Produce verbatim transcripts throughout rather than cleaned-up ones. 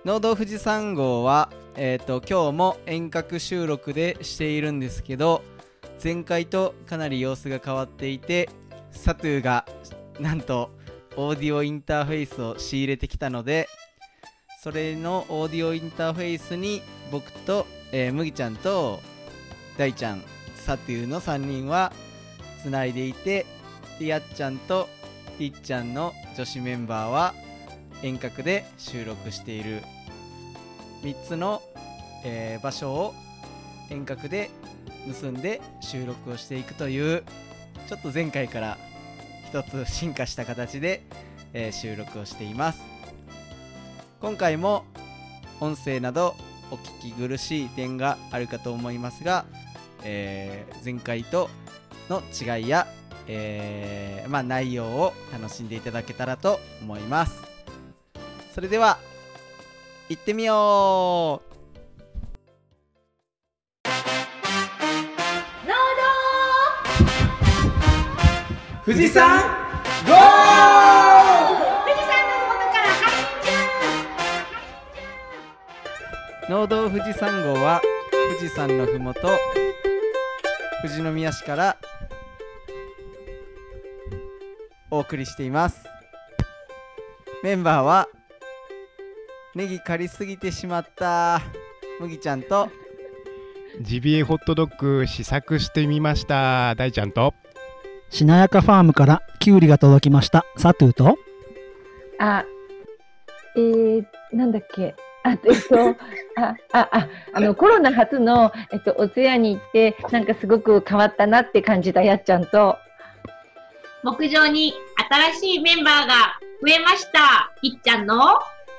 農道富士山号は、えー、と今日も遠隔収録でしているんですけど、前回とかなり様子が変わっていて、サトゥーがなんとオーディオインターフェースを仕入れてきたので、それのオーディオインターフェースに僕と、えー、麦ちゃんと大ちゃん、サトゥーのさんにんはつないでいて、でやっちゃんといっちゃんの女子メンバーは遠隔で収録しているみっつの、えー、場所を遠隔で結んで収録をしていくという、ちょっと前回から一つ進化した形で、えー、収録をしています。今回も音声などお聞き苦しい点があるかと思いますが、えー、前回との違いや、えーまあ、内容を楽しんでいただけたらと思います。それでは行ってみよう。 農道富士山ゴー。 富士山の麓から配信中。 農道富士山号は富士山のふもと富士宮市からお送りしています。メンバーはネギ借りすぎてしまった麦ちゃんと、 ジビエホットドッグ試作してみました大ちゃんと、 しなやかファームからキュウリが届きましたサトゥーと、 あ、えー、なんだっけ、あ、えっと、あ、あ、あ、あのコロナ初の、えっと、お通夜に行って、なんかすごく変わったなって感じたやっちゃんと、 牧場に新しいメンバーが増えましたいっちゃんの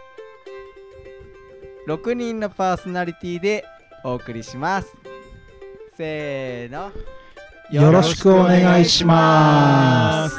ろくにんのパーソナリティでお送りします。せーの、 よろしくお願いします。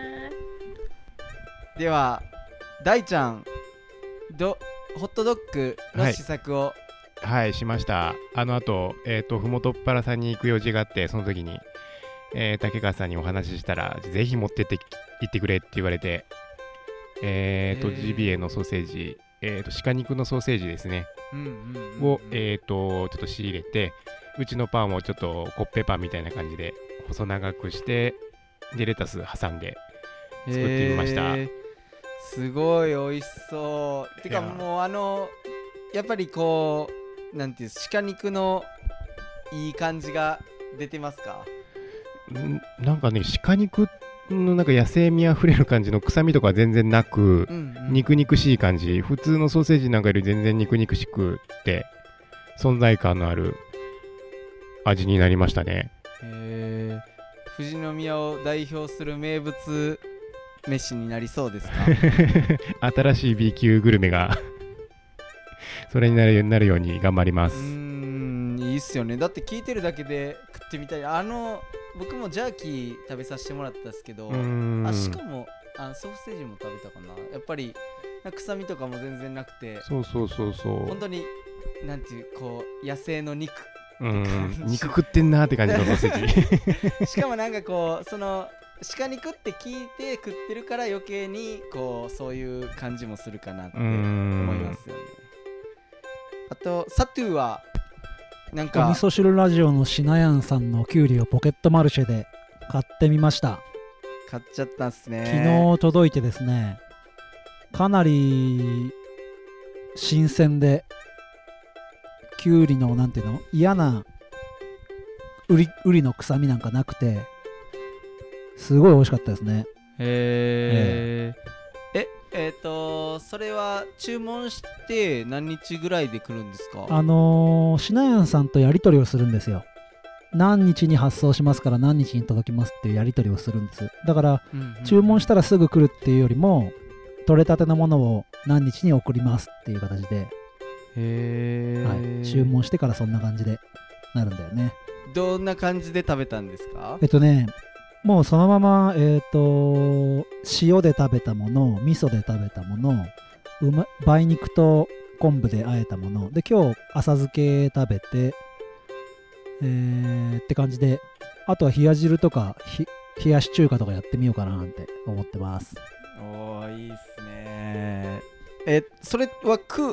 では大ちゃん、どホットドッグの試作を、 はい、はい、しました。あの後、えっとふもとっぱらさんに行く用事があって、その時に、えー、竹川さんにお話ししたら、ぜひ持ってって行ってくれって言われて、えっと ジビエ のソーセージ、えー、と鹿肉のソーセージですね、 うんうんうんうん、 を、えー、とちょっと仕入れて、うちのパンをちょっとコッペパンみたいな感じで細長くして、でレタス挟んで作ってみました。 えー、すごい美味しそう。てかもうあのやっぱりこうなんていう鹿肉のいい感じが出てますか？ んなんかね、鹿肉のなんか野生味あふれる感じの臭みとか全然なく、うんうん、肉肉しい感じ、普通のソーセージなんかより全然肉肉しくって存在感のある味になりましたね。 へー、富士宮を代表する名物飯になりそうですか？ 新しい B 級グルメがそれになる、なるように頑張ります。 うーん、いいっすよね。だって聞いてるだけで食ってみたい。あの僕もジャーキー食べさせてもらったんですけど、あ、しかもあソーセージも食べたかな。やっぱり臭みとかも全然なくて、 そうそうそうそう、 本当になんていうこう野生の肉、 うん、肉食ってんなーって感じのソーセージ。 しかもなんかこうその鹿肉って聞いて食ってるから余計にこうそういう感じもするかなって思いますよね。あとサトゥーはなんかお味噌汁ラジオのしなやんさんのキュウリをポケットマルシェで買ってみました。 買っちゃったんすね。 昨日届いてですね、かなり新鮮で、キュウリのなんていうの嫌なウリ、ウリの臭みなんかなくて、すごい美味しかったですね。 へー、ええっ、ー、とそれは注文して何日ぐらいで来るんですか？ あのー、しなやんさんとやり取りをするんですよ。何日に発送しますから何日に届きますっていうやり取りをするんです。だから、うんうん、注文したらすぐ来るっていうよりも、取れたてのものを何日に送りますっていう形で、 へー、 はい、注文してからそんな感じでなるんだよね。 どんな感じで食べたんですか？ えっとねもうそのまま、えーと、塩で食べたもの、味噌で食べたもの、うま梅肉と昆布で和えたもので、今日浅漬け食べて、えー、って感じで、あとは冷や汁とか冷やし中華とかやってみようかななんて思ってます。 おー、いいっすね。えそれは食う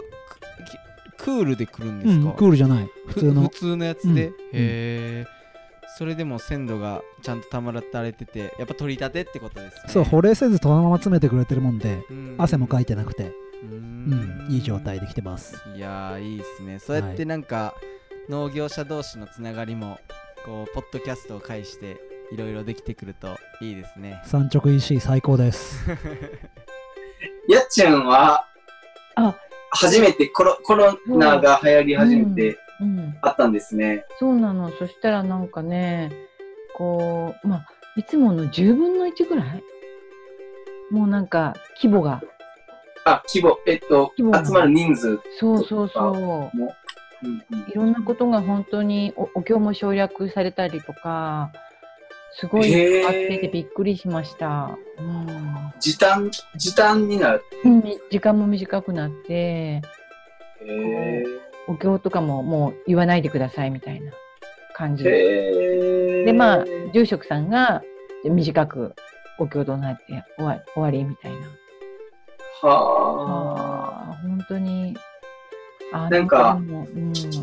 クールで来るんでうすか？ ん、クールじゃない。普通の。 普通のやつで、 うんへえ。それでも鮮度がちゃんと保たれてて、やっぱ取り立てってことですね。 そう、保冷せずそのまま詰めてくれてるもんで、 うん汗もかいてなくて、 うーうんん、いい状態できてます。 いやーいいですね。そうやってなんか、農業者同士のつながりもこうポッドキャストを介していろいろできてくるといいですね。 産直 イーシー 最高です。 やっちゃんはあ、 初めてコロコロナが流行り始めてうん、 あったんですね。 そうなの。そしたらなんかね、こう、まあ、いつものじゅうぶんのいちぐらいもうなんか規模が。 あ、規模、えっと、 規模が集まる人数。 そうそうそう。 もうんうん、 いろんなことが本当にお、お経も省略されたりとか、すごい変わっててびっくりしました。うん、 時短、時短になる。 うん、時間も短くなって、 へーお経とかももう言わないでくださいみたいな感じ。 へーで、まあ、住職さんが短くお経となって終わ終わりみたいな。 はあ。 あ、本当に。あ、 なんかでも、うん、 ち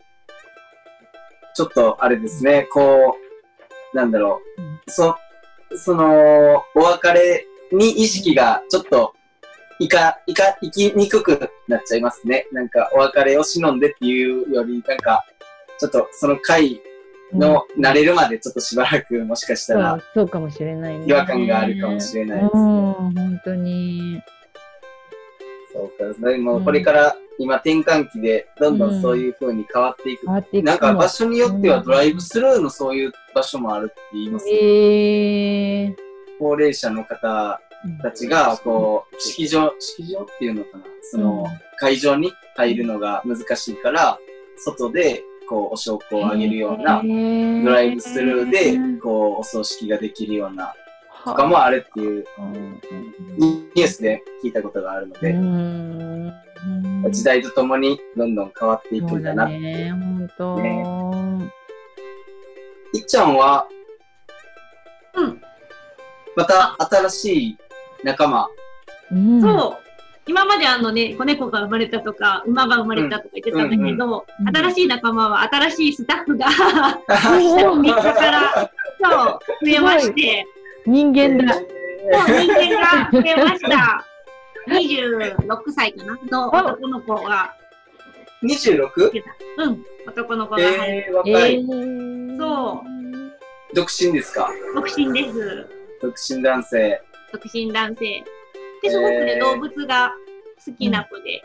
ょっとあれですね、こう、なんだろう、 うん、 そ、その、お別れに意識がちょっと、いか、いか、いきにくくなっちゃいますね。なんか、お別れを忍んでっていうより、なんか、ちょっとその回の慣れるまでちょっとしばらくもしかしたら、 そう、そうかもしれないね。 違和感があるかもしれないですね。 うん、本当に。 そうか、でもこれから今転換期でどんどんそういう風に変わっていく。 変わっていくなんか場所によってはドライブスルーのそういう場所もあるって言いますね。 えー、 高齢者の方たちが、こう、式場、式場っていうのかな、その、会場に入るのが難しいから、外で、こう、お焼香をあげるような、ドライブスルーで、こう、お葬式ができるような、とかもあるっていう、ニュースで聞いたことがあるので、時代とともにどんどん変わっていくんだなって。 ね、本当。 ね、いっちゃんは、 うん。 また新しい仲間。 うん、 そう。今まであのね、子猫が生まれたとか、馬が生まれたとか言ってたんだけど、 うんうん、 新しい仲間は新しいスタッフがみっかからそう増えまして、 人間だ。 そう、人間が増えました。にじゅうろくさいかなの男の子が。 にじゅうろく? うん、男の子が入る。 えー、若い、 えー。そう。 独身ですか？ 独身です。 独身男性。 独身男性。で、すごくね、えー、動物が好きな子で。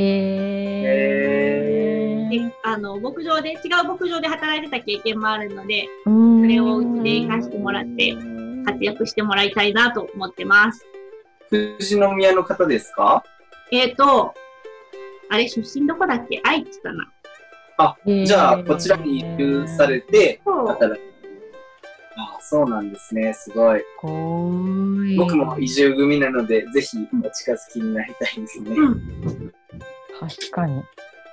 えー、 で、あの、牧場で、違う牧場で働いてた経験もあるので、それをうちで活かしてもらって、活躍してもらいたいなと思ってます。 富士宮の方ですか？ えっと、あれ、出身どこだっけ？愛知かな。 あ、じゃあ、こちらに移住されて、働く。ああ、そうなんですね。すごい。僕も移住組なので、ぜひお近づきになりたいですね。うん、 確かに。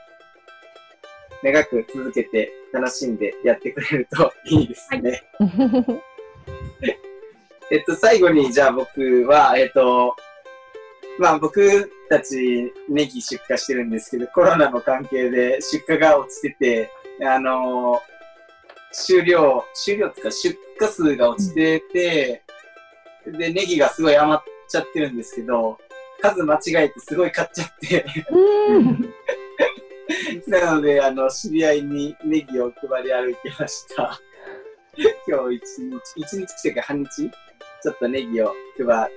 長く続けて楽しんでやってくれるといいですね。はいえっと、最後に、じゃあ僕は、えっと、まあ僕たちネギ出荷してるんですけど、コロナの関係で出荷が落ちてて、あのー、収量、収量っていうか出荷数が落ちてて、うん、で、ネギがすごい余っちゃってるんですけど、数間違えてすごい買っちゃってなので、あの、知り合いにネギを配り歩きました。今日一日、一日っていうか半日ちょっとネギを配って、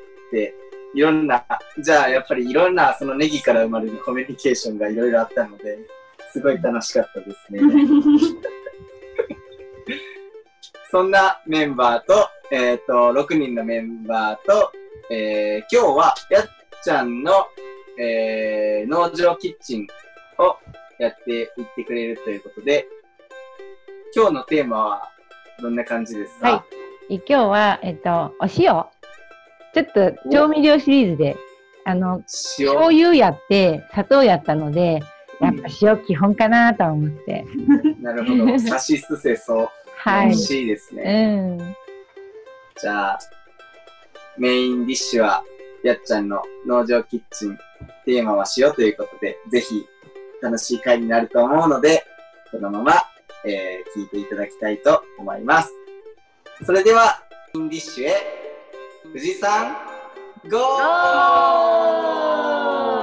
いろんな、じゃあやっぱりいろんなそのネギから生まれるコミュニケーションがいろいろあったので、すごい楽しかったですね。そんなメンバーと、えっと、ろくにんのメンバーと、えー、今日はやっちゃんの、えー、農場キッチンをやっていってくれるということで、今日のテーマはどんな感じですか？ はい、今日は、えっと、お塩。ちょっと調味料シリーズで、あの、醤油やって、砂糖やったので、やっぱ塩基本かなと思って。 なるほど。さしすせそ。はい。美味しいですね。うん。じゃあ、メインディッシュは、やっちゃんの農場キッチン、テーマは塩ということで、ぜひ楽しい回になると思うので、このまま、えー、聞いていただきたいと思います。それでは、インディッシュへ、藤井さん、ゴー！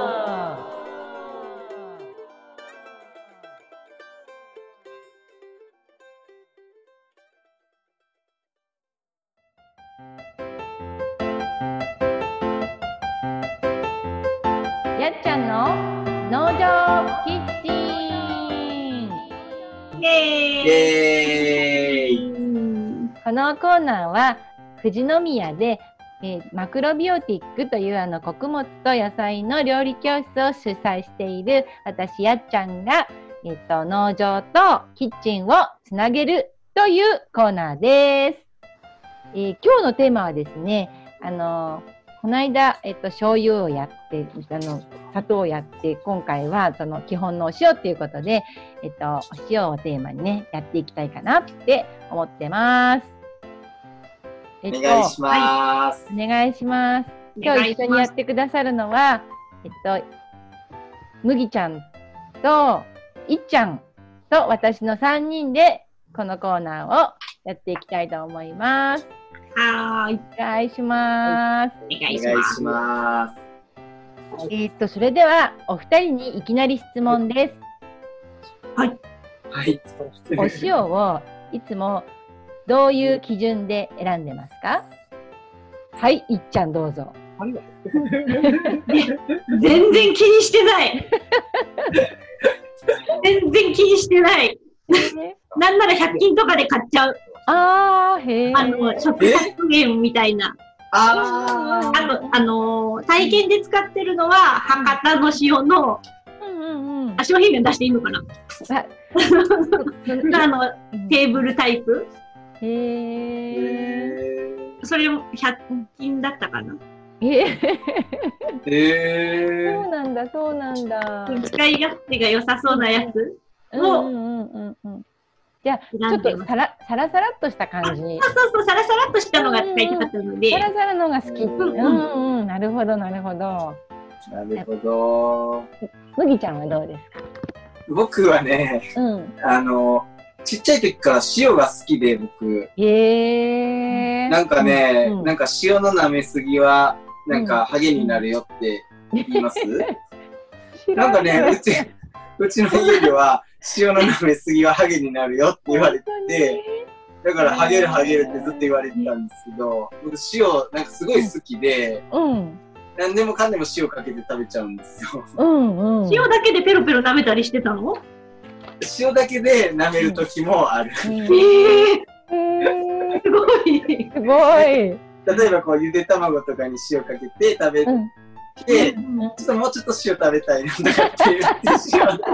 やっちゃんの農場キッチン。 イエーイ。 イエーイ。 このコーナーは富士宮で、えー、マクロビオティックというあの穀物と野菜の料理教室を主催している私やっちゃんが、えー、と農場とキッチンをつなげるというコーナーです。えー、今日のテーマはですね、あのーこの間、えっと、醤油をやって、あの、砂糖をやって、今回はその基本のお塩っていうことで、えっと、お塩をテーマにね、やっていきたいかなって思ってます。 えっと、お願いします。 お願いします。今日一緒にやってくださるのは、えっと、麦ちゃんと、いっちゃんと私のさんにんで、このコーナーをやっていきたいと思います。 はーい。 お願いします。 お願いお願いします。 えー、っと、それでは、お二人にいきなり質問です。 はい。 はい。 お塩をいつもどういう基準で選んでますか？はい、いっちゃんどうぞ。 全然気にしてない。全然気にしてない。なんならひゃく均とかで買っちゃう。 あー、へー。 あの、食作源みたいな。 ああと、あのー、体験で使ってるのは、博多の塩の、 うんうんうん。 あ、商品名出していいのかなあの、テーブルタイプ。 へー。 それもひゃく均だったかな。 えー、 えそうなんだ、そうなんだ。 使い勝手が良さそうなやつを、 うんうんうんうん。じゃあ、ちょっとサラサラサラっとした感じ。 そうそうそう、サラサラっとしたのが使いたかったので。 サラサラのが好き。うんうんうん、なるほど、なるほど。 なるほど。 麦ちゃんはどうですか？ 僕はね、 うん、 あの、ちっちゃい時から塩が好きで、僕。 へー。 なんかね、 うん、 なんか塩の舐めすぎは、なんかハゲになるよって言います、うん、なんかね、うち、うちの家では、塩の舐めすぎはハゲになるよって言われて、だからハゲるハゲるってずっと言われてたんですけど、僕塩なんかすごい好きで、 うん、 何でもかんでも塩かけて食べちゃうんですよ。 うんうん、 塩だけでペロペロ舐めたりしてたの？ 塩だけで舐める時もある。 うん、えー、すごい。 すごい。 例えばこうゆで卵とかに塩かけて食べて、うんで、ちょっともうちょっと塩食べたいなとかって言って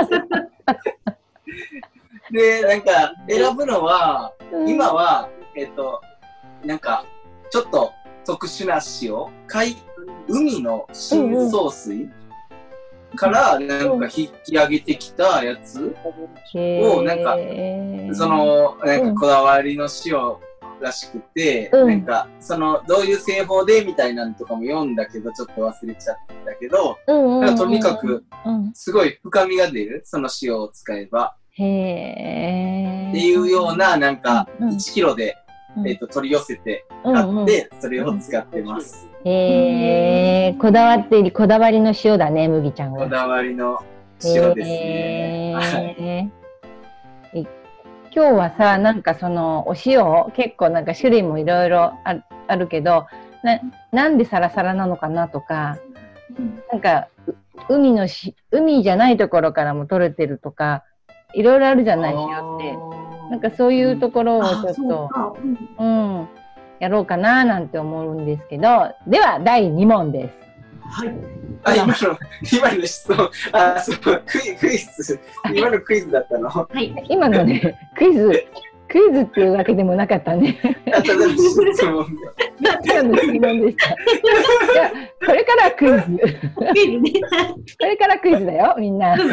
塩で、なんか選ぶのは、うん、今は、えっと、なんかちょっと特殊な塩、海、海の深層水からなんか引き上げてきたやつを、なんか、その、なんかこだわりの塩らしくて、うん、なんかそのどういう製法でみたいなのとかも読んだけどちょっと忘れちゃったけど、なんかとにかくすごい深みが出る、その塩を使えばへーっていうような、なんかいちキロで、うん、えーと取り寄せて買って、それを使ってます。 へー、こだわっている、こだわりの塩だね、麦ちゃんは。 こだわりの塩ですね。 はい、今日はさ、なんかそのお塩結構なんか種類もいろいろあるけど、な、なんでサラサラなのかなとか、なんか海のし海じゃないところからも取れてるとか、いろいろあるじゃない、塩って。なんかそういうところをちょっと、うん、うん、やろうかななんて思うんですけど、ではだいに問です。 はい。 あ、今の、今の質問、あ、そう、クイ、クイズ、今のクイズだったの？はい。 今のね、クイズ、クイズっていうわけでもなかったね。 あ、ただの質問。 ただの質問でした。じゃあ、これからクイズ。 クイズね。 これからクイズだよ、みんな。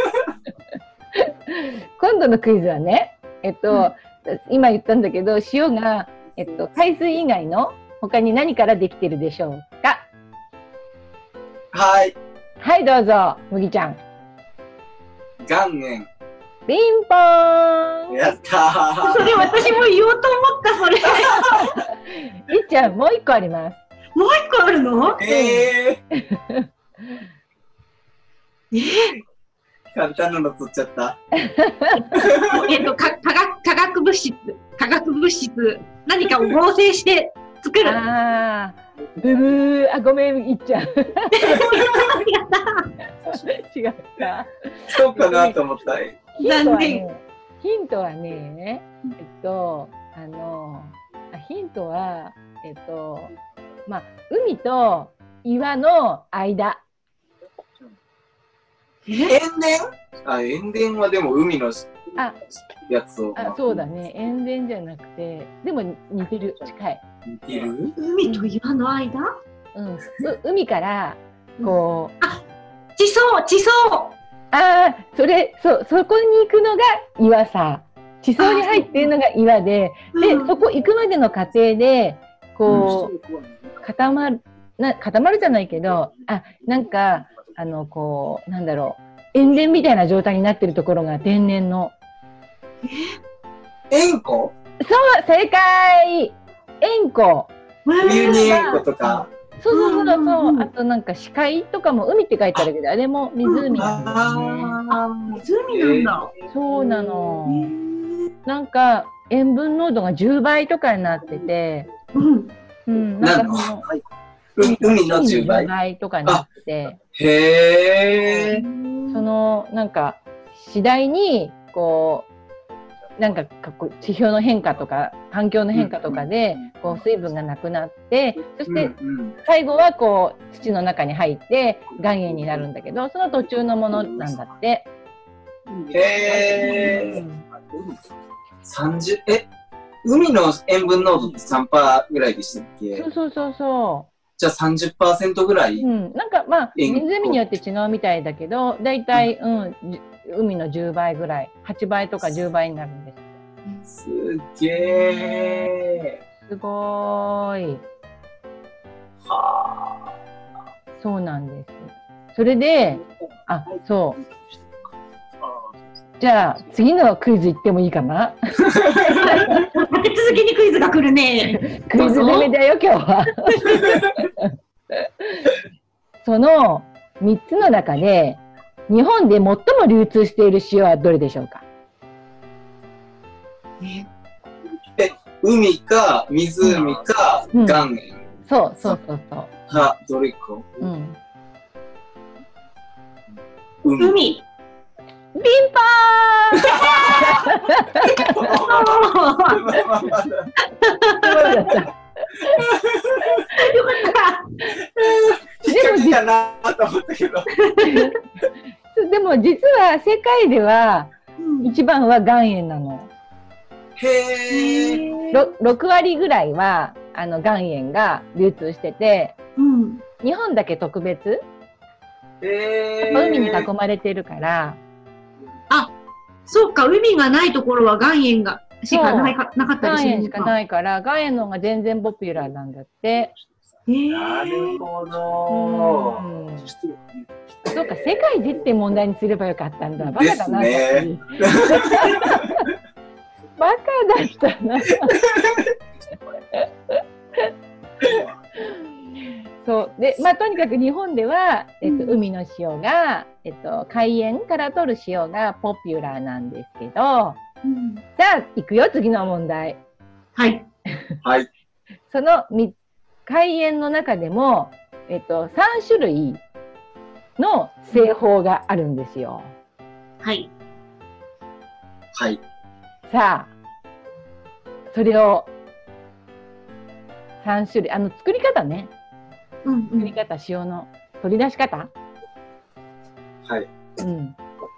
今度のクイズはね、えっと、うん、今言ったんだけど、塩が、えっと、海水以外の他に何からできてるでしょうか？ はい。 はい、どうぞ、麦ちゃん。 岩塩。 ピンポーン。 やったー。 それ私も言おうと思った、それ。 いっちゃん、もう一個あります。 もう一個あるの？ えー。 えー、 簡単なの取っちゃった。 えっと、か化学、化学物質、化学物質、何かを合成して作る。 ああ、ブブー、あ、ごめん、いっちゃん。違った。 そうかなと思った。 ヒントはね、ヒントはね、えっと、あの、あヒントは、えっと、まあ、海と岩の間。 塩田？あ、塩田はでも海のあやつを。 あ、そうだね。塩田じゃなくて、でも似てる、近い。 似てる？ 海と岩の間？ うん。う海から、こう。 あ、地層、地層。 ああ、それ、そ、そこに行くのが岩さ。地層に入っているのが岩で、で、うん、そこ行くまでの過程で、こう、固まる、な、固まるじゃないけど、あ、なんか、あの、こう、なんだろう、塩田みたいな状態になってるところが天然の。 塩湖？ そう、正解！塩湖。 ウユニ塩湖とか。 そうそうそうそう。あとなんか視界とかも海って書いてあるけど、あれも湖なんだよね。 あ、湖なんだ。 そうなの。なんか塩分濃度がじゅうばいとかになってて、うん。うん、なんかその、 海のじゅうばい。 じゅうばいとかになって。 へー。その、なんか、次第に、こう、なんか、地表の変化とか、環境の変化とかで、こう、水分がなくなって、そして、最後は、こう、土の中に入って、岩塩になるんだけど、その途中のものなんだって。 へー。さんじゅう、え、海の塩分濃度って さんパーセント ぐらいでしたっけ？ そうそうそうそう。 じゃあ さんじゅっパーセント ぐらい？うん。 なんかまあ、湖によって違うみたいだけど、だいたい、うん、海のじゅうばいぐらい、はちばいとかじゅうばいになるんです。 すっげー。 すごーい。 はー。そうなんです。それで、あ、そう。じゃあ、次のクイズいってもいいかな？ 立て続けにクイズが来るね。 クイズ攻めだよ、今日は。そのみっつの中で、日本で最も流通している塩はどれでしょうか？ え、海か湖か岩塩、うん、 そうそうそうそう。 は、どれか。 うん。 海。 海。 ピンポーン。 よかった。 でもかなと思ったけど。 でも実は世界では一番は岩塩なの。 へー。 ろろくわりぐらいはあの岩塩が流通してて、うん、日本だけ特別。 へー。 海に囲まれてるから。 あ、そうか、海がないところは岩塩がしかないかなかったりするんですか。岩塩しかないから、岩塩の方が全然ポピュラーなんだって。 えー、なるほど。 うん、そうか、世界でって問題にすればよかったんだ。バカだな。 ですね、 バカだったな。そうで、まあ、とにかく日本では、えっと、海の塩が、えっと、海塩から取る塩がポピュラーなんですけど、うん、さあ行くよ、次の問題。 はい、 はい、 その海塩の中でも、えっと、さんしゅるいの製法があるんですよ。 はいはい。 さあそれをさんしゅるい、あの作り方ね、うんうん、作り方、塩の取り出し方、 はい、 うん、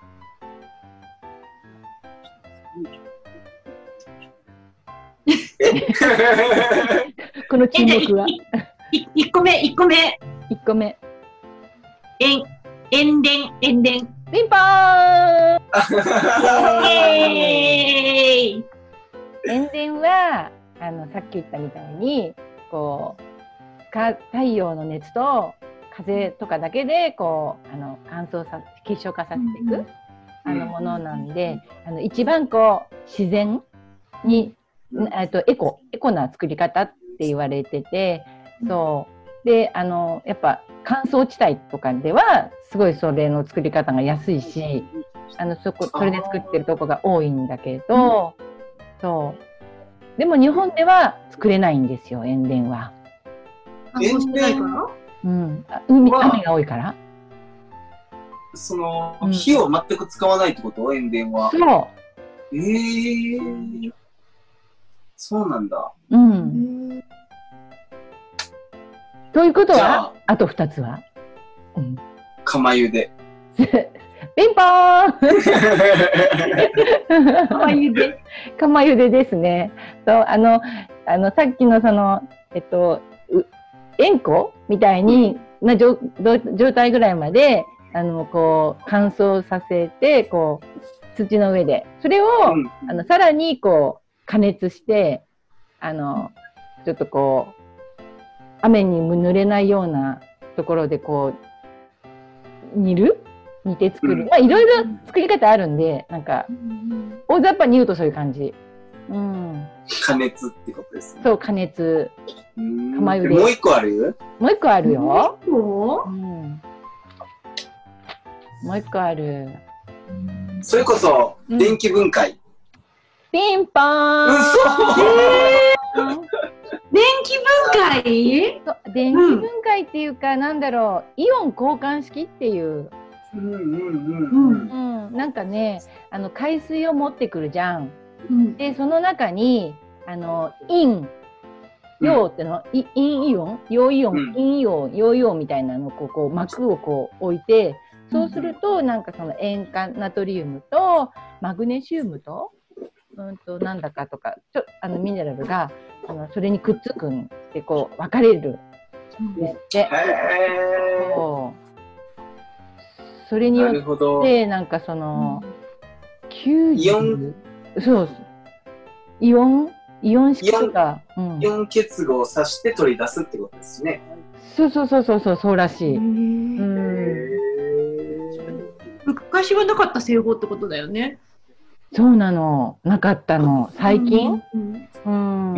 この注目は。 いっこめ、いっこめ。 いっこめ。 塩、塩田、塩田。 ピンポーン。 イエーイ。 塩田は、あの、さっき言ったみたいに、こう、か太陽の熱と風とかだけで、こう、あの、乾燥さ、結晶化させていく。 あのものなんで、あの一番こう自然に、えっとエコエコな作り方って言われてて、そうであのやっぱ乾燥地帯とかではすごいそれの作り方が安いし、あのそこそれで作ってるとこが多いんだけど、そうでも日本では作れないんですよ、塩田は。 塩田？ うん、海雨が多いから。 その、うん、火を全く使わないってこと？塩田は。 そう。 えー、そうなんだ。 うん。ということは、あと二つは、 うん、釜茹で。 ピンポーン釜茹で。釜茹でですね。そう、あの、あの、さっきのその、えっと、塩湖みたいにな状態ぐらいまで、あの、こう、乾燥させて、こう、土の上で。それを、うん、あの、さらに、こう、加熱して、あの、ちょっとこう、雨にも濡れないようなところで、こう、煮る煮て作る。うん、まあ、いろいろ作り方あるんで、なんか、大雑把に言うとそういう感じ。うん。 加熱ってことですね。 そう、加熱。 釜茹で。もう一個ある？ もう一個あるよ。 もう一個？ うん。もう一個ある。 それこそ、電気分解。うん、 ピンポーン。 嘘電気分解？ 電気分解っていうか、うん、なんだろう、イオン交換式っていう。 うんうんうんうん。なんかね、あの海水を持ってくるじゃん。うん、で、その中に、あの、陰、陽っての、陰イオン、陽イオン、陰イオン、陽イオンみたいなのをこう、こう膜をこう置いて、そうすると、なんかその塩化ナトリウムとマグネシウムと、うんと、なんだかとか、ちょあのミネラルが、あのそれにくっつくんで、こう、分かれるんですって。そう。それによって、なんかその、きゅうじゅう、イオン、そう、イオン、イオン式とか、 イオン、うん、イオン結合させて取り出すってことですね。 そうそうそうそうそう、そうらしい。うん。 昔はなかった製法ってことだよね。 そうなの、なかったの、最近。うん。うん、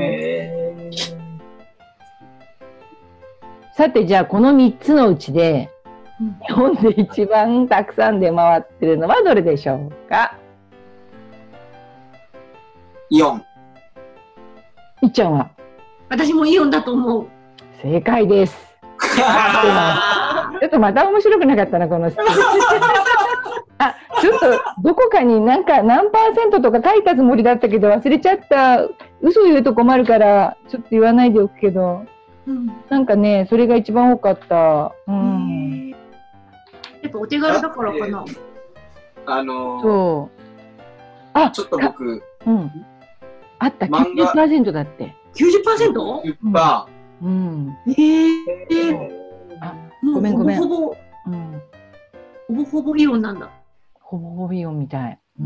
さて、じゃあこのみっつのうちで、うん、日本で一番たくさん出回ってるのはどれでしょうか？ イオン。 いっちゃんは？ 私もイオンだと思う。 正解です。ちょっとまた面白くなかったな、この質問。あ、ちょっとどこかになんか何パーセントとか書いたつもりだったけど忘れちゃった。嘘言うと困るからちょっと言わないでおくけど、うん、なんかね、それが一番多かった。うん。 やっぱお手軽だからかな。 あのー、 そう。 あ、ちょっと僕。 うん。あった、きゅうじゅっパーセント だって。 きゅうじゅっパーセント？ きゅうじゅっパーセント。 うん。 えー、 あ、ごめんごめん。 ほぼほぼ、うん、ほぼほぼイオンなんだ。 ほぼほぼイオンみたい。うん。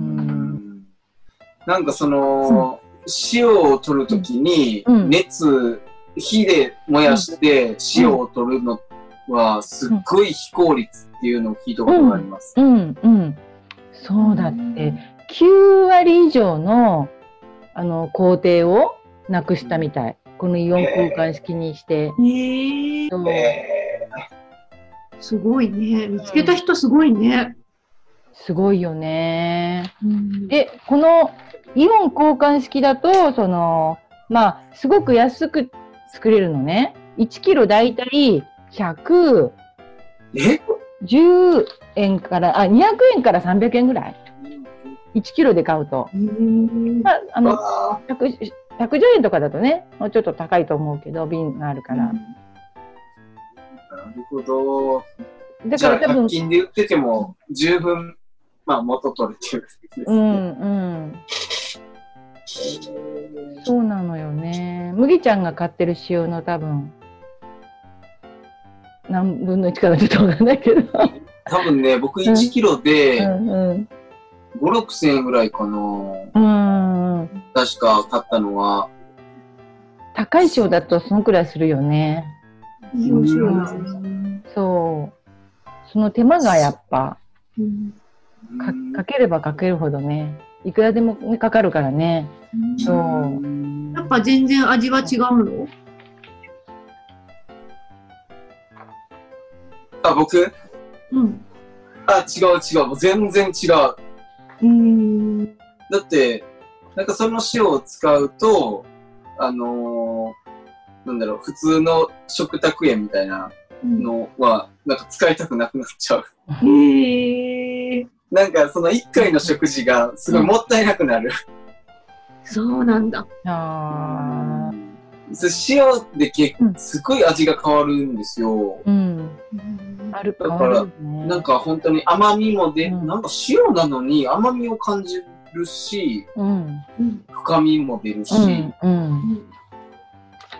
なんかその、うん、塩を取るときに、熱、うん、火で燃やして塩を取るのは、すっごい非効率っていうのを聞いたことがあります。 うん、うん、うん。そうだって、きゅうわり以上の、あの、工程をなくしたみたい。このイオン交換式にして。 えーそうえー、すごいね。見つけた人すごいね。 すごいよね。うん、で、このイオン交換式だと、その、まあ、すごく安く作れるのね。いちキロだいたいひゃくじゅうえんから、あ、にひゃくえんからさんびゃくえんぐらい。いちキロで買うと。まあ、あの、ひゃくじゅうえんとかだとね、もうちょっと高いと思うけど、瓶があるから。 なるほど。だから多分。ひゃく均で売ってても十分、まあ元取れてるんですね。 うんうん。そうなのよね。麦ちゃんが買ってる塩の多分、何分のいちかはちょっとわかんないけど。 多分ね、僕いちキロで、うんうんうんご、ろくせんえんぐらいかな。うん。確か買ったのは。 高い塩だとそのくらいするよね。 いいお塩ですね。 そう。その手間がやっぱ、かかければかけるほどね、いくらでも、ね、かかるからね。そう。 やっぱ全然味は違うの？ あ、僕うん。 あ、違う違う。もう全然違う。 うん。 だって、なんかその塩を使うと、あのー、なんだろう、普通の食卓塩みたいなのは、なんか使いたくなくなっちゃう。 へえ。 なんかその一回の食事がすごいもったいなくなる。 そうなんだ。 あ塩で結構すごい味が変わるんですよ。 うん。あるだから、なんか本当に甘みもで、うん、なんか塩なのに甘みを感じるし、うん、深みも出るし、うんうんうん、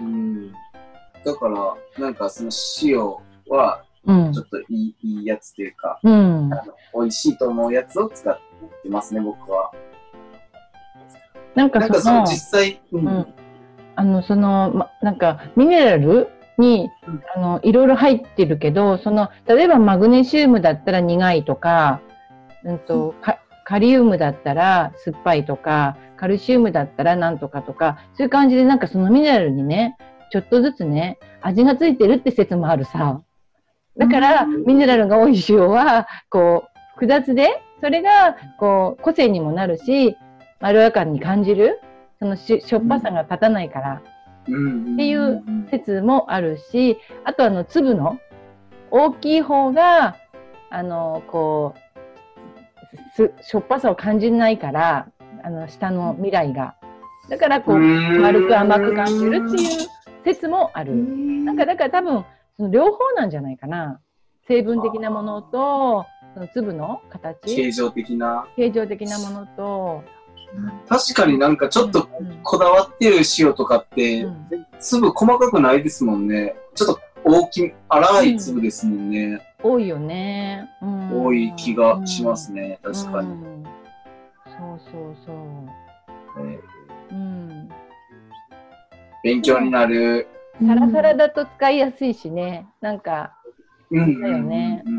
だからなんかその塩はちょっといい、うん、いいやつというか、うん、あの美味しいと思うやつを使ってますね、僕は。 なんかその、なんかその実際、うんうん、あのその、ま、なんかミネラルに、うん、あのいろいろ入ってるけど、その例えばマグネシウムだったら苦いとか、うんと、うん、カ, カリウムだったら酸っぱいとか、カルシウムだったらなんとかとか、そういう感じでなんかそのミネラルにね、ちょっとずつね、味がついてるって説もあるさ。だから、うん、ミネラルが多い塩はこう複雑で、それがこう個性にもなるし、まろやかに感じる、その し, しょっぱさが立たないから。うん、っていう説もあるし、あとあの粒の大きい方があのこうしょっぱさを感じないから、あの下の未来がだからこう丸く甘く感じるっていう説もある。なんかだから多分その両方なんじゃないかな。成分的なものとその粒の形、 形状的な形状的なものと。 確かになんかちょっとこだわってる塩とかって、うん、粒細かくないですもんね。ちょっと大きい、粗い粒ですもんね。 うん、多いよね、うん。 多い気がしますね、うん、確かに、うん。 そうそうそう。 えーうん、勉強になる。 サラサラだと使いやすいしね。なんか、だよね。うん。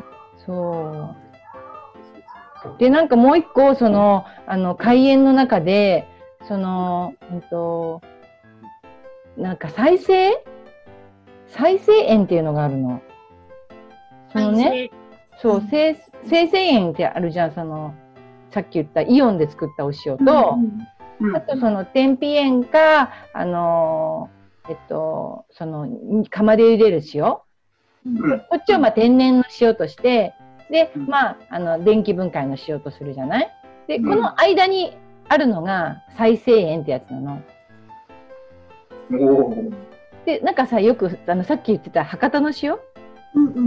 そう。で、なんかもう一個、その、あの、海塩の中で、その、うんと、なんか再生再生塩っていうのがあるの。そのね、そう、生成塩ってあるじゃん、その、さっき言ったイオンで作ったお塩と、うんうん、あとその天日塩か、あの、えっと、その、釜で茹でる塩。うん、こっちはまあ天然の塩として、で、まあ、あの、電気分解のしようとするじゃない？で、この間にあるのが再生塩ってやつなの。 おー。 で、なんかさ、よく、あの、さっき言ってた博多の塩？うんうんうん。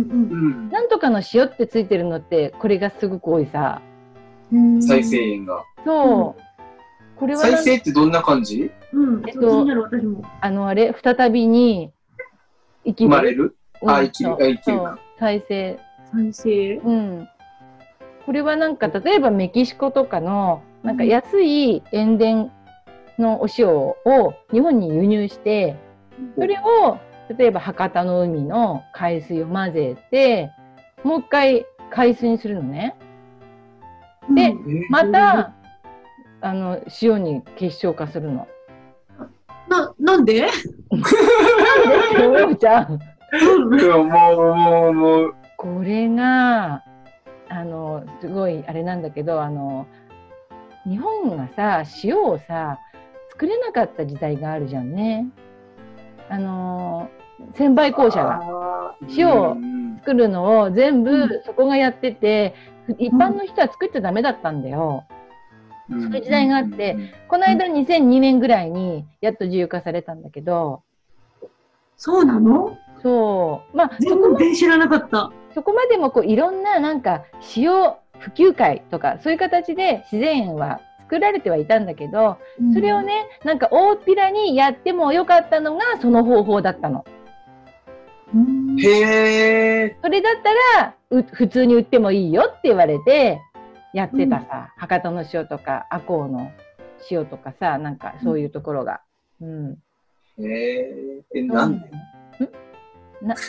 なんとかの塩ってついてるのって、これがすごく多いさ。 再生塩が。 そう。これは。 再生ってどんな感じ？ うん。えっと、 あの、あれ、再びに生きる。生まれる？あ、生きる。生きる。 再生。 再生、 うん、これはなんか例えばメキシコとかのなんか安い塩田のお塩を日本に輸入して、それを例えば博多の海の海水を混ぜてもう一回海水にするのね。でまたあの塩に結晶化するの。 な、なんで？ なんで？ちゃん。 もうもうもう。 これがあのすごいあれなんだけど、あの日本がさ塩をさ作れなかった時代があるじゃんね。あの専売公社が塩を作るのを全部そこがやってて、一般の人は作っちゃダメだったんだよ。そういう時代があって、この間にせんにねんぐらいにやっと自由化されたんだけど。 そうなの？ そう。まあ全然知らなかった。 そこまでもこういろんななんか塩普及会とかそういう形で自然塩は作られてはいたんだけど、うん、それをねなんか大っぴらにやってもよかったのがその方法だったの。 うん、へー。 それだったらう普通に売ってもいいよって言われてやってたさ、うん、博多の塩とか赤穂の塩とかさ、なんかそういうところが。うん、 へー。え、なんで？ な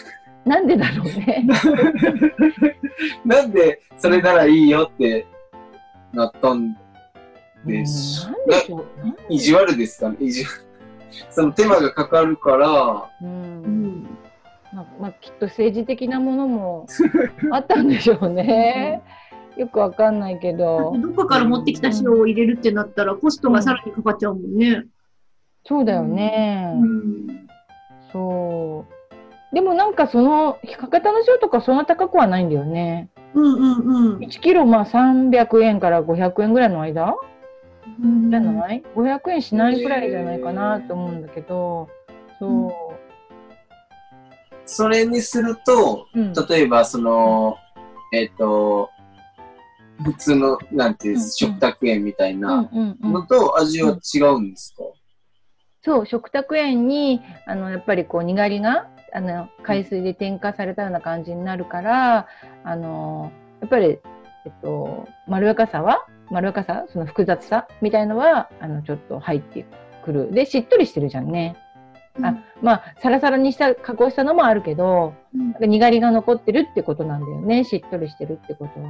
なんでだろうね。 なんでそれならいいよってなったんでしょう。 なんでしょう。 意地悪ですかね。意地悪。その手間がかかるから。 うん。まあ、まあ、きっと政治的なものもあったんでしょうね。よくわかんないけど。 どこから持ってきた塩を入れるってなったらコストがさらにかかっちゃうもんね。うん、 そうだよね。うん、そう。でもなんかその博多の塩とかそんな高くはないんだよね。 うんうんうん。 いちキロまあさんびゃくえんからごひゃくえんぐらいの間じゃない ?ごひゃくえんしないくらいじゃないかなと思うんだけど、そう。うん、 それにすると、うん、例えばその、えっと、普通の、なんていう、うんうん、食卓園みたいなのと味は違うんですか？ そう、食卓園に、あの、やっぱりこう、にがりが、あの、海水で添加されたような感じになるから、あの、やっぱり、えっと、まろやかさは、まろやかさ、その複雑さみたいのは、あの、ちょっと入ってくる。で、しっとりしてるじゃんね。うん、あ、まあ、サラサラにした、加工したのもあるけど、うん、にがりが残ってるってことなんだよね。しっとりしてるってことは。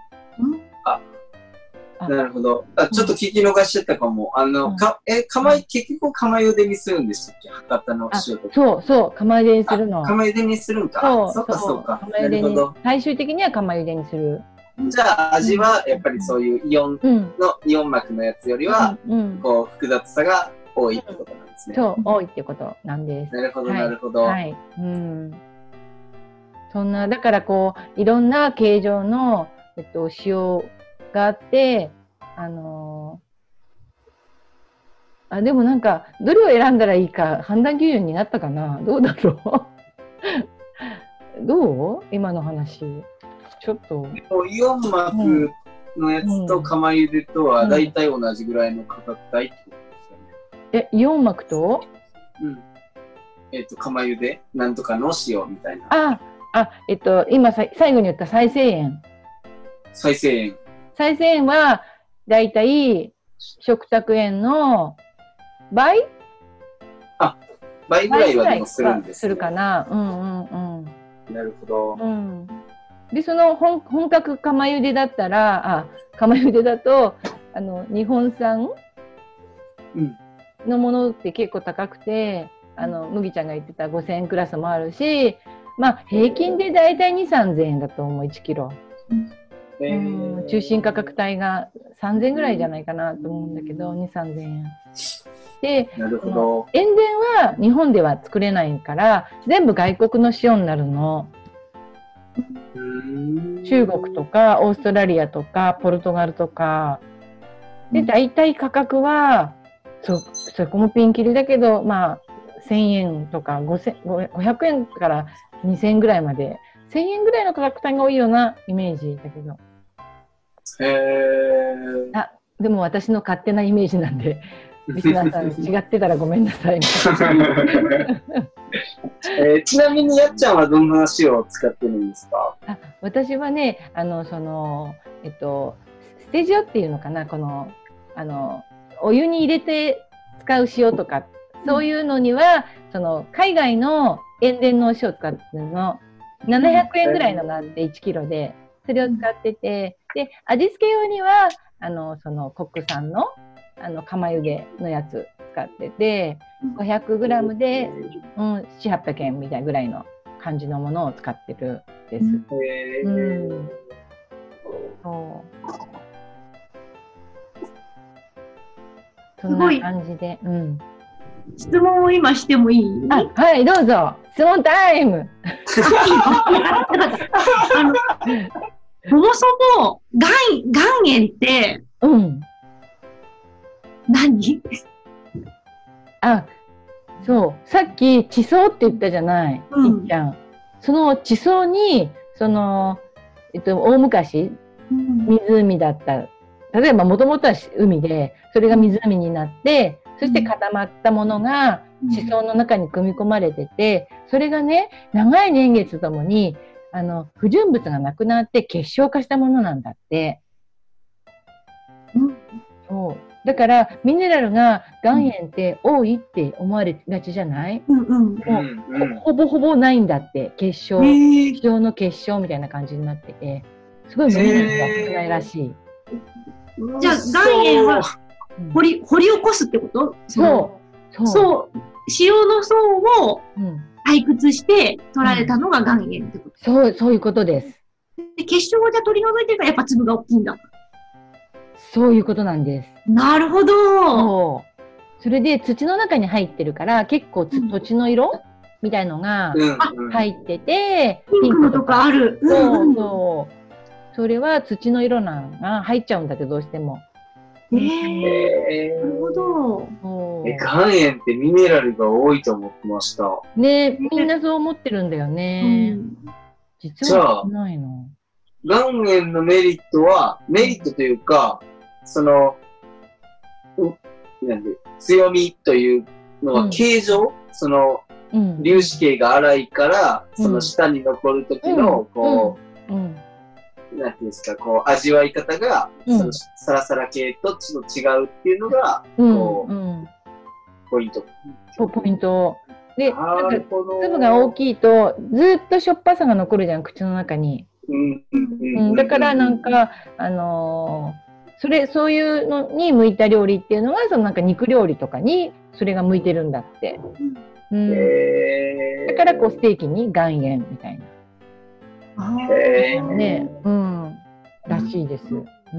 あ、なるほど。あ、ちょっと聞き逃しちゃったかも。あの、うん、か、え、釜、結局釜茹でにするんでしたっけ？博多の塩とか。 そうそう、釜茹でにするの。 釜茹でにするんか。そう、そうか、そうか。 釜茹でに、最終的には釜茹でにする。 じゃあ、味は、やっぱりそういうイオンの、うん、イオン膜のやつよりは、うんうん、こう、複雑さが多いってことなんですね。 そう、多いってことなんです。 なるほど、なるほど。 はい。うん。そんな、だからこう、いろんな形状の、えっと、塩があって、あのー、あ、でもなんか、どれを選んだらいいか判断基準になったかな？どうだろうどう？今の話。ちょっと。 でもイオン膜のやつと釜茹でとは大体同じぐらいの価格帯ってことですよね。 え、イオン膜と？ うん。えっと、釜茹でなんとかの塩みたいな。 あ、あ、えっと、今さ最後に言った再生塩。 再生塩。 再生塩は、だいたい食卓園の倍？ あ、倍ぐらいはでもするんですね。 するかな。うんうんうん。 なるほど。 うん。で、その 本, 本格釜茹でだったら、あ、釜茹でだと、あの、日本産のものって結構高くて、あの、麦ちゃんが言ってたごせんえんクラスもあるし、まあ、平均でだいたいに、さんぜんえんだと思う、いちキロ。うん、中心価格帯がさんぜんえんぐらいじゃないかなと思うんだけど、に、さんぜんえん。で、 なるほど。 塩田は日本では作れないから、全部外国の塩になるの。中国とかオーストラリアとかポルトガルとかで、だいたい価格はそそこもピンキリだけど、まあせんえんとかごひゃくえんからにせんえんぐらいまで、せんえんぐらいの価格帯が多いようなイメージだけど。 へー。 あ、でも私の勝手なイメージなんで、リスナーさん違ってたらごめんなさい。 えー、ちなみにやっちゃんはどんな塩を使ってるんですか？ あ、私はね、あのそのえっとステジオっていうのかな、このあのお湯に入れて使う塩とか、そういうのにはその海外の塩田のお塩を使ってるの、ななひゃくえんぐらいのがあっていちキロで、それを使ってて、で味付け用にはあのその国産のあの釜茹でのやつ使ってて、ごひゃくグラムで、うん、ななひゃく、はっぴゃくえんみたいなぐらいの感じのものを使ってるです。 へー。うん、 そう。そんな感じで。うん。 質問を今してもいい？ あ、はい、どうぞ。質問タイム。 あのそもそも岩岩塩って、 うん。 何？ あ、そう。さっき地層って言ったじゃない、うん、いっちゃん。その地層に、その、えっと、大昔、湖だった。例えば、もともとは海で、それが湖になって、そして固まったものが地層の中に組み込まれてて、それがね、長い年月とともに、あの、不純物がなくなって結晶化したものなんだって。うん、 そうだからミネラルが岩塩って多いって思われがちじゃない、 うんうん、 もうほぼほぼないんだって結晶、結晶の結晶みたいな感じになっててすごいミネラルが少ないらしい。 じゃあ岩塩は掘り、掘り起こすってこと？ そうそうそう塩の層を採掘して取られたのが岩塩ってこと、 うん、そうそういうことです。 で結晶をじゃあ取り除いてるからやっぱ粒が大きいんだ。 そういうことなんです。 なるほど。 そう。それで土の中に入ってるから結構つ、うん、土地の色みたいのが入ってて、 うん、ピンクのとかある。 そうそう。それは土の色なんが入っちゃうんだけどどうしても。 えー、なるほど。 え、岩塩ってミネラルが多いと思ってました。 ね、みんなそう思ってるんだよね。うん、実はないの。 岩塩のメリットはメリットというか。その、なんで、強みというのは形状、うん、その、うん、粒子形が粗いから、うん、その下に残る時の、こう、うんうん、なんていうんですか、こう、味わい方が、うん、そのサラサラ系とちょっと違うっていうのが、こう、うん、ポイント。 ポイント。で、なんか粒が大きいと、ずっとしょっぱさが残るじゃん、口の中に。うんうん、だからなんか、あのー、それ、そういうのに向いた料理っていうのは、そのなんか肉料理とかにそれが向いてるんだって。うん、えー、だからこうステーキに岩塩みたいな。えー、ね、うん、らしいです。うん。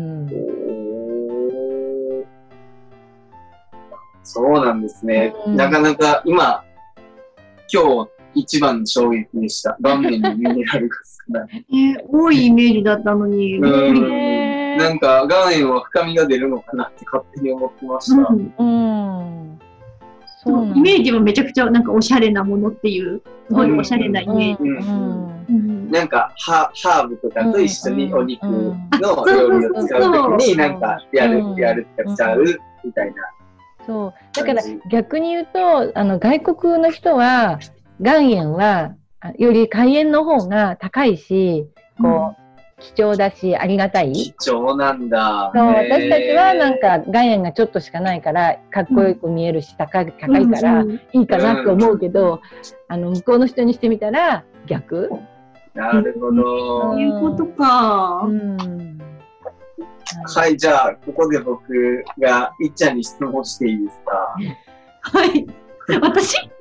そうなんですね。うん、なかなか今、今日一番の衝撃でした。岩塩にミネラルが少ない。 えー、多いイメージだったのに。 うんなんか岩塩は深みが出るのかなって勝手に思ってました。うん。うん、 そうイメージはめちゃくちゃなんかおしゃれなものっていう、すごいおしゃれなイメージ。なんかハーブとかと一緒にお肉の料理を使うときになんかやる、やる、やっちゃうみたいな。 そう。だから逆に言うと、あの外国の人は岩塩はより海塩の方が高いし、こう、貴重だし、ありがたい。 貴重なんだ。 そう、私たちはなんか岩塩がちょっとしかないから、かっこよく見えるし、高い、高いからいいかなと思うけど、うん、あの、向こうの人にしてみたら逆。 なるほど。 そういうことか。うん、 はい、じゃあ、ここで僕がいっちゃんに質問していいですか？ はい。私はい。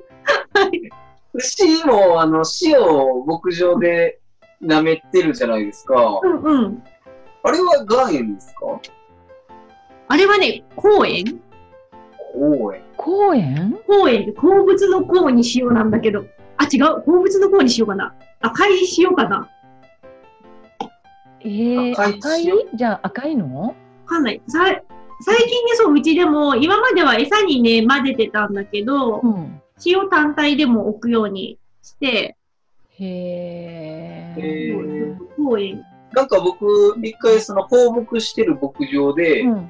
牛も、あの、塩を牧場で、舐めてるじゃないですか。 うんうん。 あれは岩塩ですか？ あれはね、鉱塩。 鉱塩。 鉱塩？ 鉱塩って鉱物の鉱に塩なんだけど。あ、違う。鉱物の鉱に塩かな。赤い塩かな。 えー、赤い赤いじゃあ赤いの？ わかんない。さ最近ね、そう、うちでも、今までは餌にね、混ぜてたんだけど、うん、塩単体でも置くようにして、 へー。公園。 なんか僕、一回その放牧してる牧場で、うん、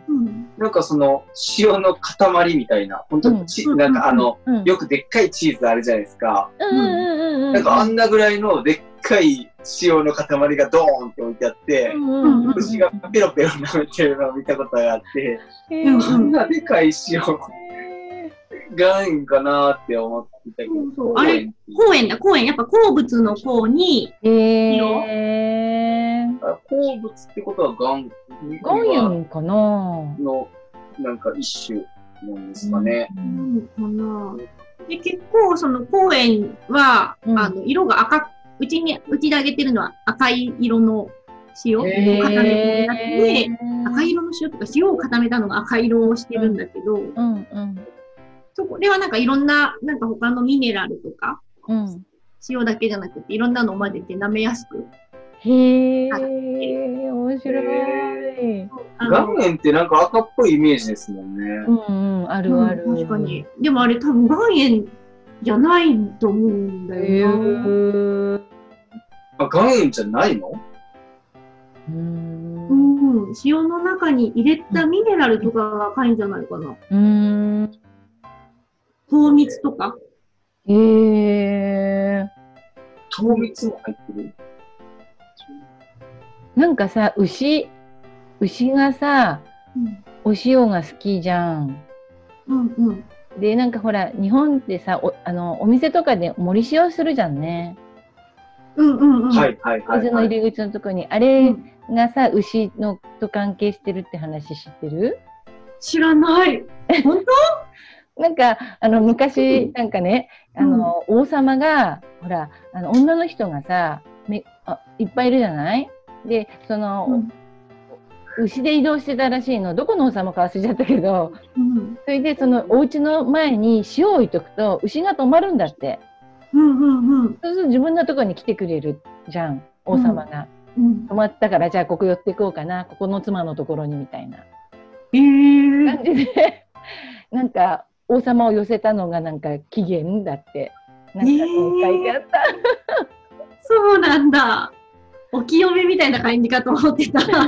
なんかその塩の塊みたいな、本当にち、うん、なんかあの、うん、よくでっかいチーズあるじゃないですか。なんかあんなぐらいのでっかい塩の塊がドーンって置いてあって、牛がペロペロ舐めてるのを見たことがあって、でもあんなでかい塩。岩塩かなって思ってたけど。そうそうあれ、鉱塩だ、鉱塩。やっぱ鉱物の鉱に、 塩。えー、鉱物ってことは岩岩塩かなの、なんか一種なんですかね。 うん、かなで結構、その鉱塩は、うん、あの、色が赤、うちに、うちであげてるのは赤い色の塩を固めてなくて、赤い色の塩とか塩を固めたのが赤色をしてるんだけど、うんうんうんそこではなんかいろんな、なんか他のミネラルとか、うん、塩だけじゃなくていろんなのを混ぜて舐めやすく。 へー、面白い。 岩塩ってなんか赤っぽいイメージですもんね。 うんうん、あるある。 うん、確かに。でもあれ多分岩塩じゃないと思うんだよな。 あ、岩塩じゃないの？ うん、うん。塩の中に入れたミネラルとかが赤いんじゃないかな。うん。糖蜜とか。 へー。 糖蜜も入ってる？ なんかさ、牛、牛がさ、うん、 お塩が好きじゃん。 うんうん。 で、なんかほら、日本ってさ、お、あの、お店とかで盛り塩するじゃんね。 うんうんうん。 はいはいはい、はい。 水の入り口のところに。あれがさ、牛のと関係してるって話知ってる？ 知らない。本当？なんか、あの、昔、なんかね、あの、うん、王様が、ほら、あの、女の人がさ、めあいっぱいいるじゃない？で、その、うん牛で移動してたらしいの。どこの王様か忘れちゃったけど、うん、それでそのお家の前に塩を置いとくと牛が止まるんだって、うんうんうん、そうすると自分のところに来てくれるじゃん、王様が、うんうん、止まったからじゃあここ寄っていこうかな、ここの妻のところにみたいな、えー、感じでなんか王様を寄せたのがなんか起源だってなんか書いてあった、 えー、そうなんだ。お清めみたいな感じかと思ってた。そう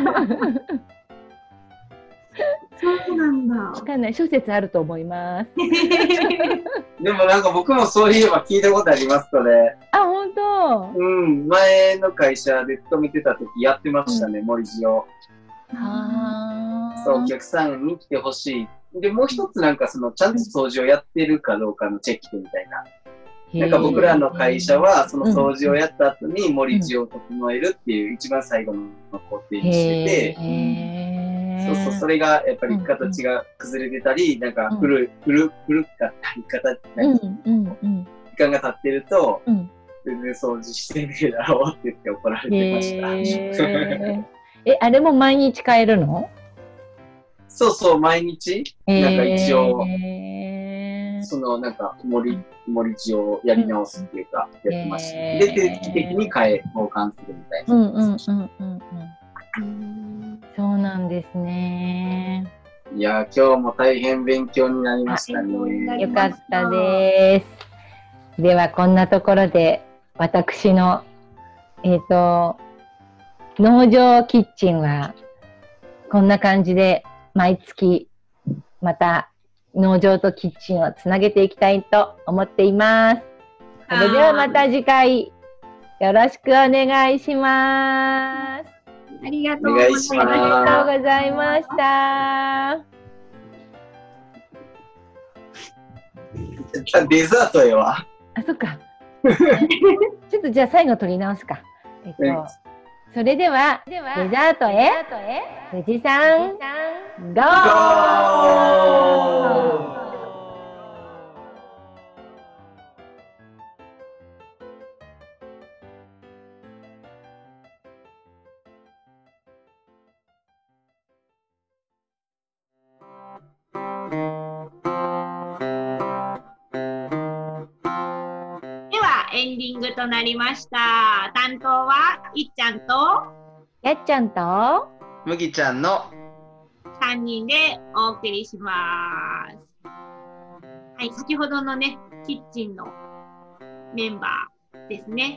なんだ。 わかんない。諸説あると思います。 でもなんか僕もそういえば聞いたことありますとね。 あ、本当。 うん、前の会社で勤めてた時やってましたね、うん、盛り塩。ああ。そう、お客さんに来てほしい。で、もう一つなんかその、ちゃんと掃除をやってるかどうかのチェックみたいな。なんか僕らの会社はその掃除をやった後に盛り塩を整えるっていう一番最後の工程にしてて、そうそう、それがやっぱり形が崩れてたり、なんか古い、古、古かったり、形、なんか時間が経ってると、全然掃除してねえだろうって言って怒られてました。 え、あれも毎日変えるの？ そうそう、毎日、なんか一応、そのなんか盛り、盛り塩をやり直すっていうか、やってました。で、定期的に変え、交換するみたいな。うんうんうんうんうん。そうなんですね。 いや、今日も大変勉強になりましたね。 よかったです。では、こんなところで、私の、えっと、農場キッチンは、こんな感じで、毎月、また、農場とキッチンをつなげていきたいと思っています。それではまた次回よろしくお願いします。 ありがとうございました。 ありがとうございました。 デザートへは。 あ、そっか。ちょっとじゃあ最後取り直すか。えっと、それではデザートへ藤さんゴー。 エンディングとなりました。担当はいっちゃんとやっちゃんとむぎちゃんのさんにんでお送りします。はい、先ほどのね、キッチンのメンバーですね。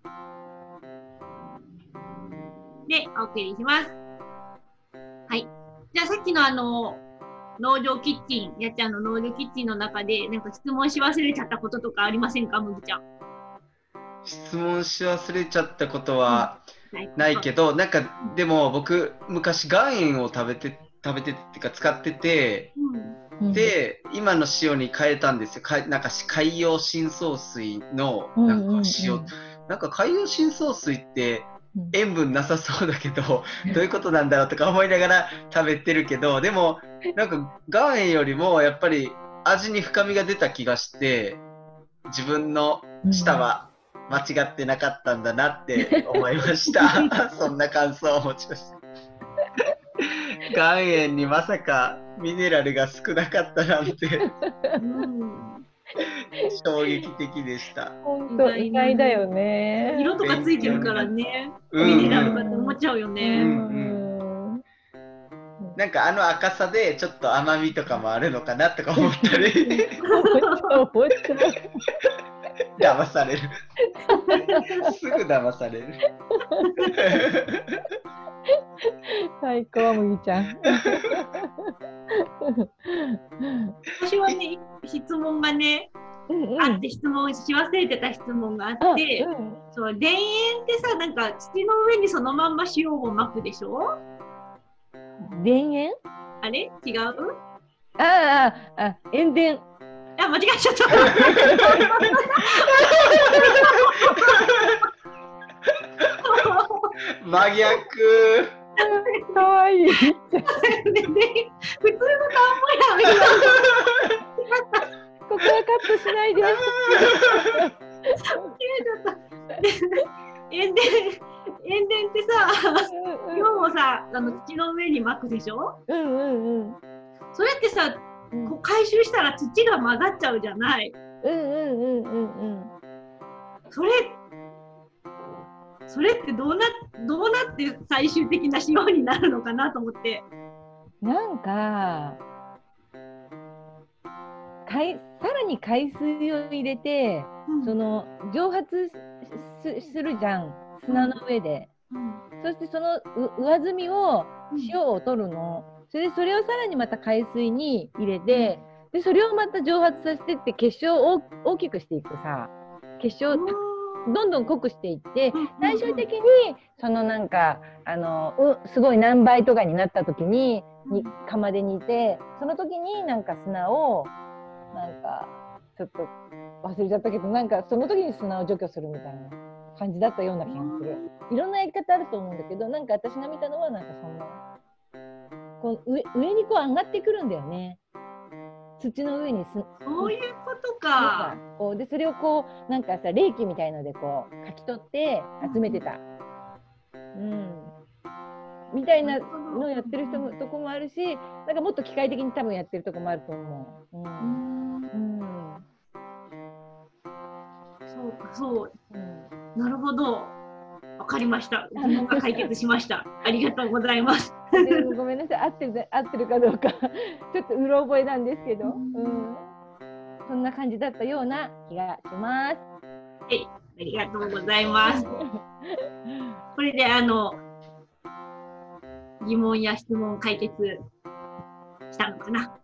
で、お送りします。はい。じゃあさっきのあの、農場キッチン、やっちゃんの農場キッチンの中で、なんか質問し忘れちゃったこととかありませんか、むぎちゃん。 質問し忘れちゃったことはないけど、うん、なんかでも僕昔岩塩を食べて食べてってか使ってて、うん、で今の塩に変えたんですよ。かなんか海洋深層水のなんか塩、うんうんうん、なんか海洋深層水って塩分なさそうだけど、どういうことなんだろうとか思いながら食べてるけど、でもなんか岩塩よりもやっぱり味に深みが出た気がして、自分の舌は、うん間違ってなかったんだなって思いましたそんな感想を持ちました岩塩にまさかミネラルが少なかったなんて、うん、衝撃的でした。 本当意外だよね。 色とかついてるからね、ミネラルかと思っちゃうよね、うんうん、 なんかあの赤さでちょっと甘みとかもあるのかなとか思ったり騙されるすぐ騙される最高、むぎちゃん私はね、質問がね、うんうん、あって質問し忘れてた質問があって、うん、そう田園ってさ、なんか土の上にそのまんま塩をまくでしょ。 田園？ あれ違う？ ああ、あ、塩田。 あ、間違えちゃった。 真逆。 かわいい。 普通の田んぼやみたいな。 ここはカットしないで。 間違えちゃった。塩田、塩田ってさ、要はさ、あの土の上に巻くでしょ？ うんうんうん。 それってさ、こう回収したら土が混ざっちゃうじゃない。 うんうんうんうんうん。 それ、それってどうな、どうなって最終的な塩になるのかなと思って。 なんか、海さらに海水を入れて、うん、その蒸発 す, するじゃん、砂の上で。うん、そしてその上澄みを塩を取るの。それでそれをさらにまた海水に入れて、でそれをまた蒸発させてって結晶を大きくしていくさ、結晶をどんどん濃くしていって、最終的にそのなんかあのうすごい何倍とかになった時にに釜で煮て、その時になんか砂をなんかちょっと忘れちゃったけど、なんかその時に砂を除去するみたいな感じだったような気がする。いろんなやり方あると思うんだけど、なんか私が見たのはなんかそんなこう 上, 上にこう上がってくるんだよね。土の上にすそういうことか。 こうでそれをこうなんかさ、冷気みたいのでこうかき取って集めてた、うん、みたいなのをやってる人もとこもあるし、なんかもっと機械的に多分やってるとこもあると思う。うん、うん、 そうかそう、うん、なるほど。わかりました。疑問が解決しました。ありがとうございます。 ごめんなさい、合ってる合ってるかどうかちょっとうろ覚えなんですけど、うん、そんな感じだったような気がします。 はい、ありがとうございます。これであの疑問や質問解決したのかな。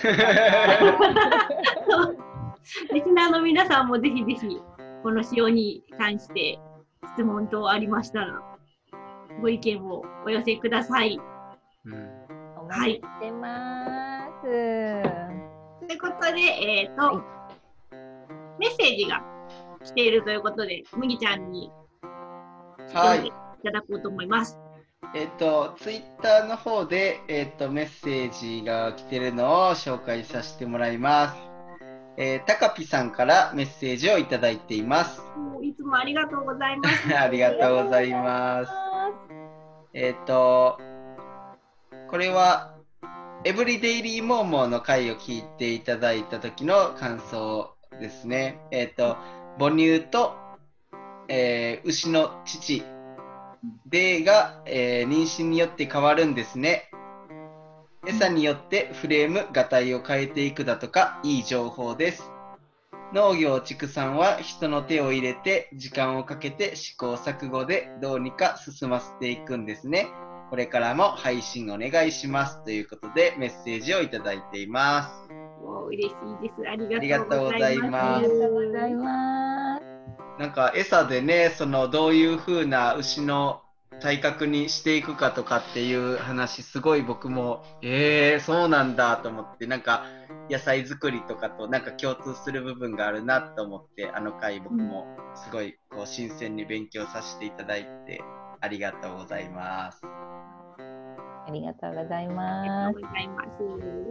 リスナーの皆さんもぜひぜひこの塩に関して質問等ありましたらご意見をお寄せください。 うん、お待ちしてます。 はい、ということで、えーと、はい、メッセージが来ているということで、麦ちゃんに読んでいただこうと思います。 はい、えっ、ー、と、ツイッターの方で、えーと、メッセージが来ているのを紹介させてもらいます。えー、たかぴさんからメッセージをいただいています。 いつもありがとうございます。 ありがとうございます。えっと、これはエブリデイリーモーモーの回を聞いていただいた時の感想ですね。えっと、母乳と、えー、牛の乳でが、えー、妊娠によって変わるんですね。餌によってフレーム、がたいを変えていくだとか、いい情報です。農業畜産は人の手を入れて時間をかけて試行錯誤でどうにか進ませていくんですね。これからも配信お願いしますということでメッセージをいただいています。 お嬉しいです。ありがとうございます。 ありがとうございます。 なんか餌でね、そのどういう風な牛の体格にしていくかとかっていう話、すごい僕もえーそうなんだと思って、なんか野菜作りとかとなんか共通する部分があるなと思って、あの回僕もすごいこう新鮮に勉強させていただいてありがとうございます。 ありがとうございます。 ありがとうございます。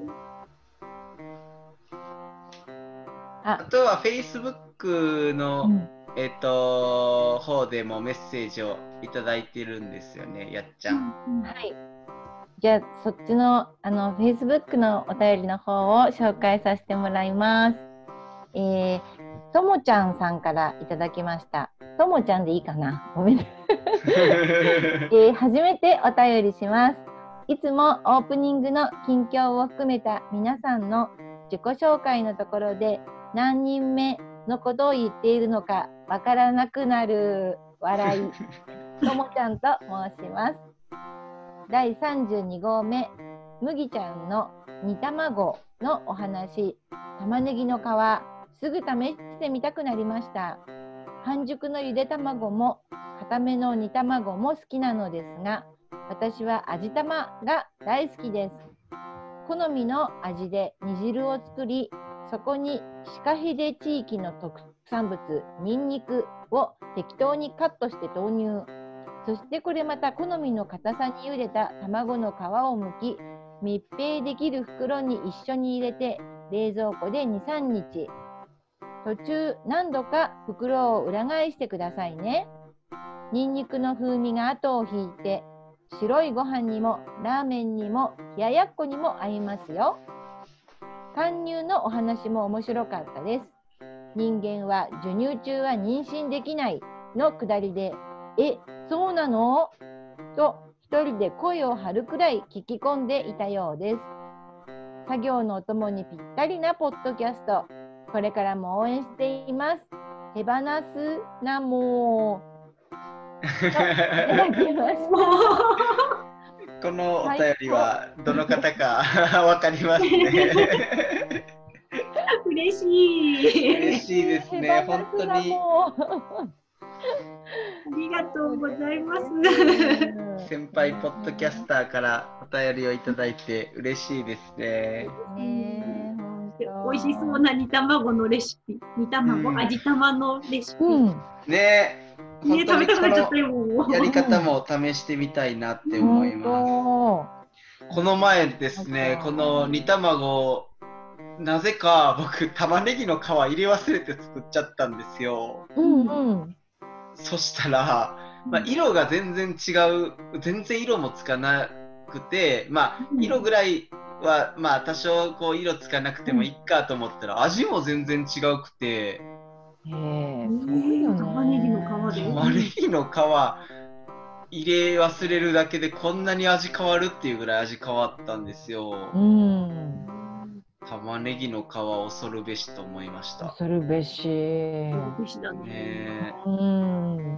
あ, あとは Facebook の、うんえっと、方でもメッセージをいただいてるんですよね、やっちゃん。 はい。じゃあ、そっちの、あの、Facebook のお便りの方を紹介させてもらいます。えー、ともちゃんさんからいただきました。ともちゃんでいいかな？ごめんね。えー、初めてお便りします。いつもオープニングの近況を含めた皆さんの自己紹介のところで何人目のことを言っているのかわからなくなる笑い。ともちゃんと申します。だいさんじゅうに号目、麦ちゃんの煮卵のお話、玉ねぎの皮、すぐ試してみたくなりました。半熟のゆで卵も固めの煮卵も好きなのですが、私は味玉が大好きです。 好みの味で煮汁を作り、そこにシカヘデ地域の特産物ニンニクを適当にカットして投入。そしてこれまた好みの硬さに茹でた卵の皮を剥き、密閉できる袋に一緒に入れて冷蔵庫でに、さんにち。途中何度か袋を裏返してくださいね。ニンニクの風味が後を引いて、白いご飯にもラーメンにも冷ややっこにも合いますよ。貫入のお話も面白かったです。人間は授乳中は妊娠できないのくだりで、え、そうなの？と一人で声を張るくらい聞き込んでいたようです。作業のお供にぴったりなポッドキャスト、これからも応援しています。手放すなもー。いただきました。 このお便りはどの方かわかりますね。 嬉しい。 嬉しいですね、本当に。 ありがとうございます。 先輩ポッドキャスターからお便りをいただいて嬉しいですね。 ね美味しそうな煮卵のレシピ、煮卵、味玉のレシピ。 うん、 ね。 ね、食べたくなっちゃったよ。 やり方も試してみたいなって思います。この前ですね、この煮卵、なぜか僕玉ねぎの皮入れ忘れて作っちゃったんですよ。 うんうん、 そしたら、まあ、色が全然違う、全然色もつかなくて、まあ色ぐらいはまあ多少こう色つかなくてもいいかと思ったら、味も全然違くて。 へえ、すごいよね。 玉ねぎの皮で。 玉ねぎの皮入れ忘れるだけでこんなに味変わるっていうぐらい味変わったんですよ。 うん。 玉ねぎの皮恐るべしと思いました。 恐るべし。 べしだね。 ね、 うん。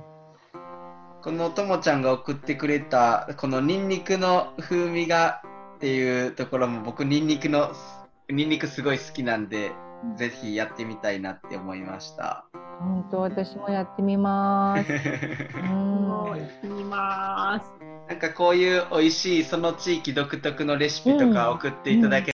このともちゃんが送ってくれたこのニンニクの風味がっていうところも僕ニンニクのニンニクすごい好きなんで。ぜひやってみたいなって思いました。 本当私もやってみます。うん、 やってみます。 なんかこういう美味しいその地域独特のレシピとか送っていただけ